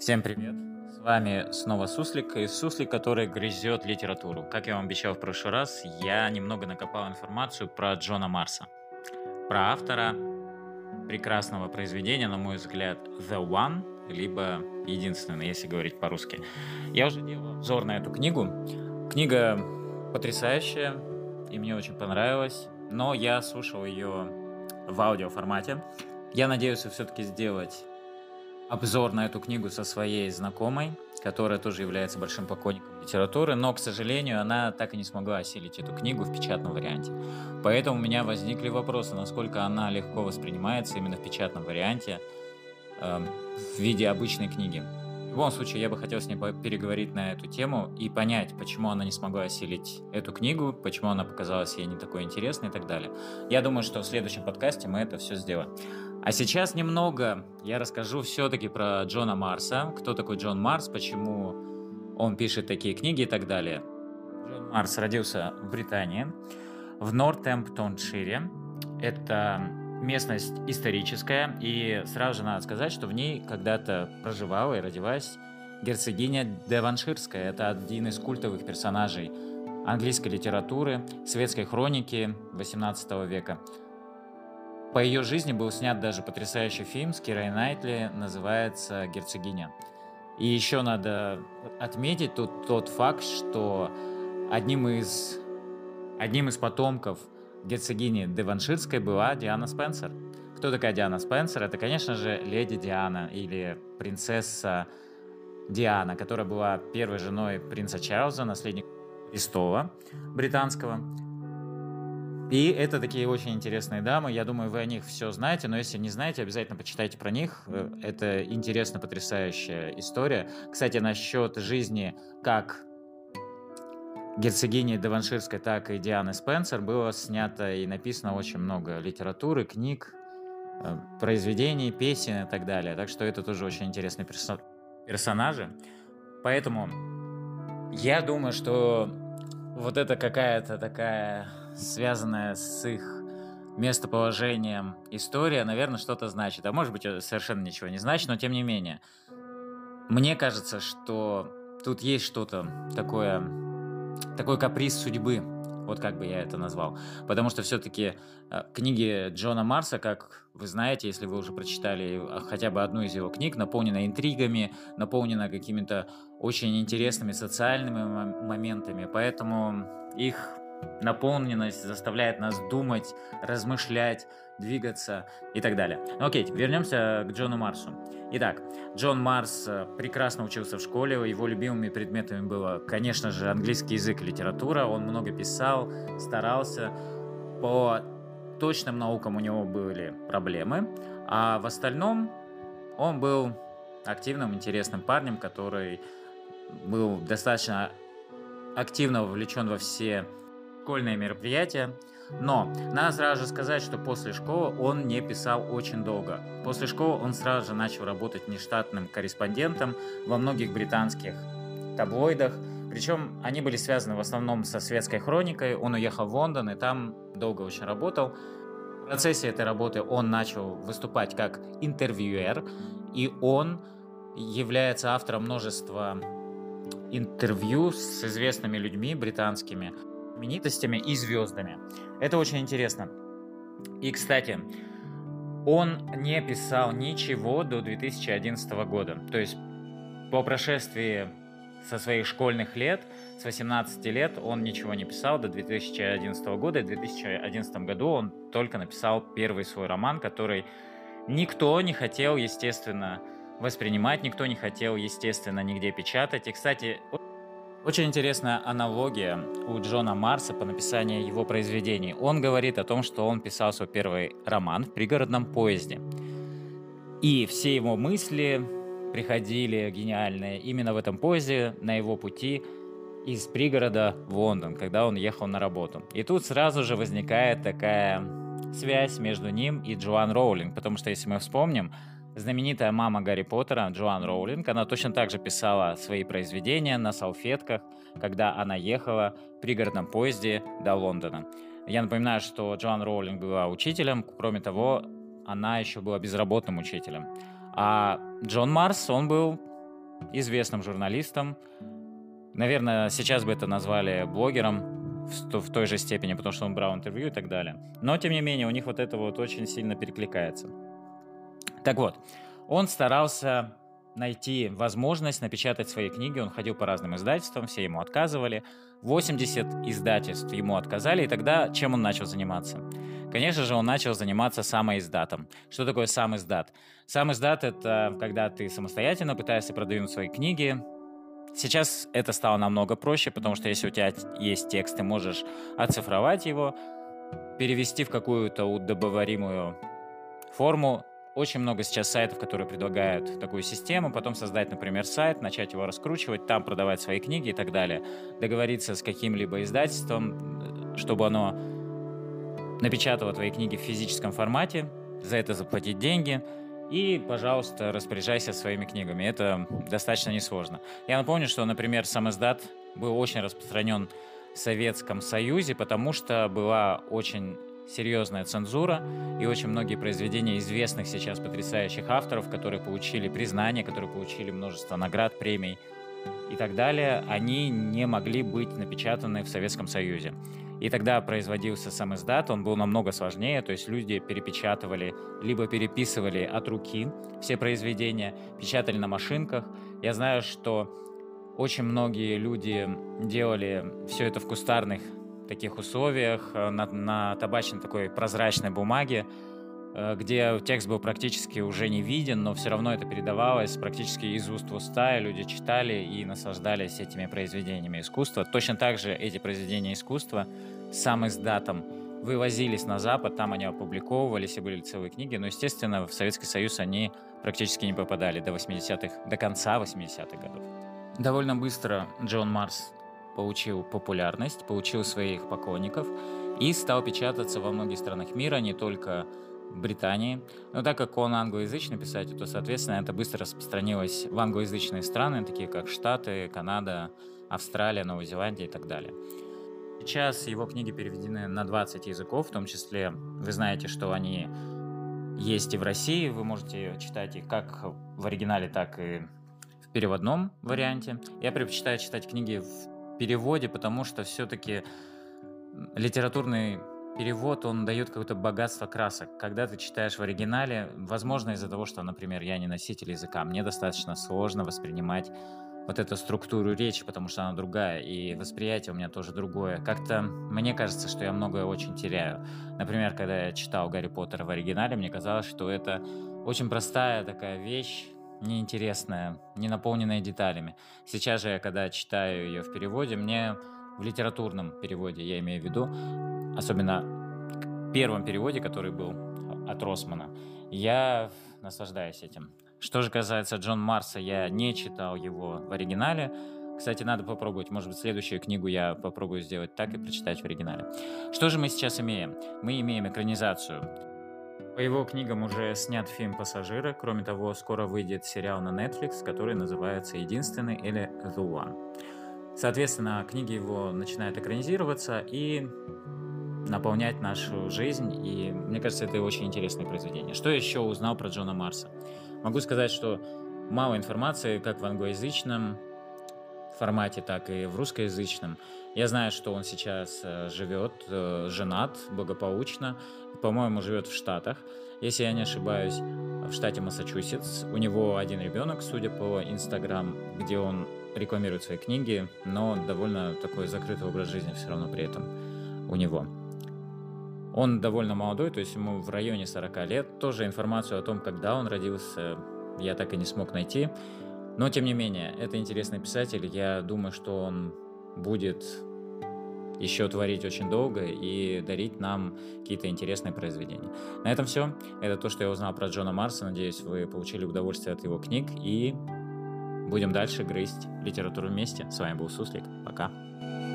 Всем привет! С вами снова Суслик, и Суслик, который грызет литературу. Как я вам обещал в прошлый раз, я немного накопал информацию про Джона Марса, про автора прекрасного произведения, на мой взгляд, The One, либо единственный, если говорить по-русски. Я уже делал обзор на эту книгу. Книга потрясающая, и мне очень понравилась, но я слушал ее в аудиоформате. Я надеюсь все-таки сделать обзор на эту книгу со своей знакомой, которая тоже является большим поклонником литературы, но, к сожалению, она так и не смогла осилить эту книгу в печатном варианте. Поэтому у меня возникли вопросы, насколько она легко воспринимается именно в печатном варианте, в виде обычной книги. В любом случае, я бы хотел с ней переговорить на эту тему и понять, почему она не смогла осилить эту книгу, почему она показалась ей не такой интересной и так далее. Я думаю, что в следующем подкасте мы это все сделаем. А сейчас немного я расскажу все-таки про Джона Марса, кто такой Джон Марс, почему он пишет такие книги и так далее. Джон Марс родился в Британии, в Нортемптоншире. Это местность историческая, и сразу же надо сказать, что в ней когда-то проживала и родилась герцогиня Девонширская. Это один из культовых персонажей английской литературы, светской хроники XVIII века. По ее жизни был снят даже потрясающий фильм с Кирой Найтли, называется «Герцогиня». И еще надо отметить тот факт, что одним из потомков герцогини Девонширской была Диана Спенсер. Кто такая Диана Спенсер? Это, конечно же, леди Диана или принцесса Диана, которая была первой женой принца Чарльза, наследника престола британского. И это такие очень интересные дамы. Я думаю, вы о них все знаете, но если не знаете, обязательно почитайте про них. Это интересная, потрясающая история. Кстати, насчет жизни как герцогини Девонширской, так и Дианы Спенсер было снято и написано очень много литературы, книг, произведений, песен и так далее. Так что это тоже очень интересные персонажи. Поэтому я думаю, что вот это какая-то такая связанная с их местоположением история, наверное, что-то значит. А может быть, совершенно ничего не значит, но тем не менее. Мне кажется, что тут есть что-то такой каприз судьбы, вот как бы я это назвал. Потому что все-таки книги Джона Марса, как вы знаете, если вы уже прочитали хотя бы одну из его книг, наполнена интригами, наполнена какими-то очень интересными социальными моментами, поэтому их наполненность заставляет нас думать, размышлять, двигаться и так далее. Ну окей, вернемся к Джону Марсу. Итак, Джон Марс прекрасно учился в школе, его любимыми предметами было, конечно же, английский язык и литература, он много писал, старался, по точным наукам у него были проблемы, а в остальном он был активным, интересным парнем, который был достаточно активно вовлечен во все школьные мероприятия. Но надо сразу же сказать, что после школы он не писал очень долго. После школы он сразу же начал работать нештатным корреспондентом во многих британских таблоидах. Причем они были связаны в основном со светской хроникой. Он уехал в Лондон и там долго очень работал. В процессе этой работы он начал выступать как интервьюер, и он является автором множества интервью с известными людьми британскими, знаменитостями и звездами. Это очень интересно. И, кстати, он не писал ничего до 2011 года. То есть по прошествии со своих школьных лет, с 18 лет, он ничего не писал до 2011 года. И в 2011 году он только написал первый свой роман, который никто не хотел, естественно, воспринимать, никто не хотел, естественно, нигде печатать. И, кстати, очень интересная аналогия у Джона Марса по написанию его произведений. Он говорит о том, что он писал свой первый роман в пригородном поезде. И все его мысли приходили гениальные именно в этом поезде, на его пути из пригорода в Лондон, когда он ехал на работу. И тут сразу же возникает такая связь между ним и Джоан Роулинг, потому что, если мы вспомним, знаменитая мама Гарри Поттера, Джоан Роулинг, она точно так же писала свои произведения на салфетках, когда она ехала в пригородном поезде до Лондона. Я напоминаю, что Джоан Роулинг была учителем, кроме того, она еще была безработным учителем. А Джон Марс, он был известным журналистом. Наверное, сейчас бы это назвали блогером в той же степени, потому что он брал интервью и так далее. Но, тем не менее, у них вот это вот очень сильно перекликается. Так вот, он старался найти возможность напечатать свои книги. Он ходил по разным издательствам, все ему отказывали. 80 издательств ему отказали, и тогда чем он начал заниматься? Конечно же, он начал заниматься самоиздатом. Что такое самиздат? Самиздат — это когда ты самостоятельно пытаешься продвинуть свои книги. Сейчас это стало намного проще, потому что если у тебя есть текст, ты можешь оцифровать его, перевести в какую-то удобоваримую форму. Очень много сейчас сайтов, которые предлагают такую систему, потом создать, например, сайт, начать его раскручивать, там продавать свои книги и так далее. Договориться с каким-либо издательством, чтобы оно напечатало твои книги в физическом формате, за это заплатить деньги и, пожалуйста, распоряжайся своими книгами. Это достаточно несложно. Я напомню, что, например, самиздат был очень распространен в Советском Союзе, потому что была очень серьезная цензура, и очень многие произведения известных сейчас потрясающих авторов, которые получили признание, которые получили множество наград, премий и так далее, они не могли быть напечатаны в Советском Союзе. И тогда производился самиздат, он был намного сложнее, то есть люди перепечатывали, либо переписывали от руки все произведения, печатали на машинках. Я знаю, что очень многие люди делали все это в кустарных таких условиях, на табачной такой прозрачной бумаге, где текст был практически уже не виден, но все равно это передавалось практически из уст в уста, и люди читали и наслаждались этими произведениями искусства. Точно так же эти произведения искусства самиздатом вывозились на Запад, там они опубликовывались и были целые книги, но, естественно, в Советский Союз они практически не попадали до конца 80-х годов. Довольно быстро Джон Марс получил популярность, получил своих поклонников и стал печататься во многих странах мира, не только в Британии. Но так как он англоязычный писатель, то, соответственно, это быстро распространилось в англоязычные страны, такие как Штаты, Канада, Австралия, Новая Зеландия и так далее. Сейчас его книги переведены на 20 языков, в том числе вы знаете, что они есть и в России, вы можете читать их как в оригинале, так и в переводном варианте. Я предпочитаю читать книги в переводе, потому что все-таки литературный перевод, он дает какое-то богатство красок. Когда ты читаешь в оригинале, возможно, из-за того, что, например, я не носитель языка, мне достаточно сложно воспринимать вот эту структуру речи, потому что она другая, и восприятие у меня тоже другое. Как-то мне кажется, что я многое очень теряю. Например, когда я читал «Гарри Поттера» в оригинале, мне казалось, что это очень простая такая вещь, неинтересная, не наполненная деталями. Сейчас же, когда читаю ее в переводе, мне в литературном переводе, я имею в виду, особенно в первом переводе, который был от Росмана, я наслаждаюсь этим. Что же касается Джона Марса, я не читал его в оригинале. Кстати, надо попробовать. Может быть, следующую книгу я попробую сделать так и прочитать в оригинале. Что же мы сейчас имеем? Мы имеем экранизацию. По его книгам уже снят фильм «Пассажиры». Кроме того, скоро выйдет сериал на Netflix, который называется «Единственный» или «The One». Соответственно, книги его начинают экранизироваться и наполнять нашу жизнь, и мне кажется, это очень интересное произведение. Что еще узнал про Джона Марса? Могу сказать, что мало информации как в англоязычном формате, так и в русскоязычном. Я знаю, что он сейчас живет, женат, благополучно, по-моему, живет в Штатах. Если я не ошибаюсь, в штате Массачусетс. У него один ребенок, судя по Инстаграм, где он рекламирует свои книги, но довольно такой закрытый образ жизни все равно при этом у него. Он довольно молодой, то есть ему в районе 40 лет. Тоже информацию о том, когда он родился, я так и не смог найти. Но, тем не менее, это интересный писатель. Я думаю, что он будет еще творить очень долго и дарить нам какие-то интересные произведения. На этом все. Это то, что я узнал про Джона Марса. Надеюсь, вы получили удовольствие от его книг. И будем дальше грызть литературу вместе. С вами был Суслик. Пока.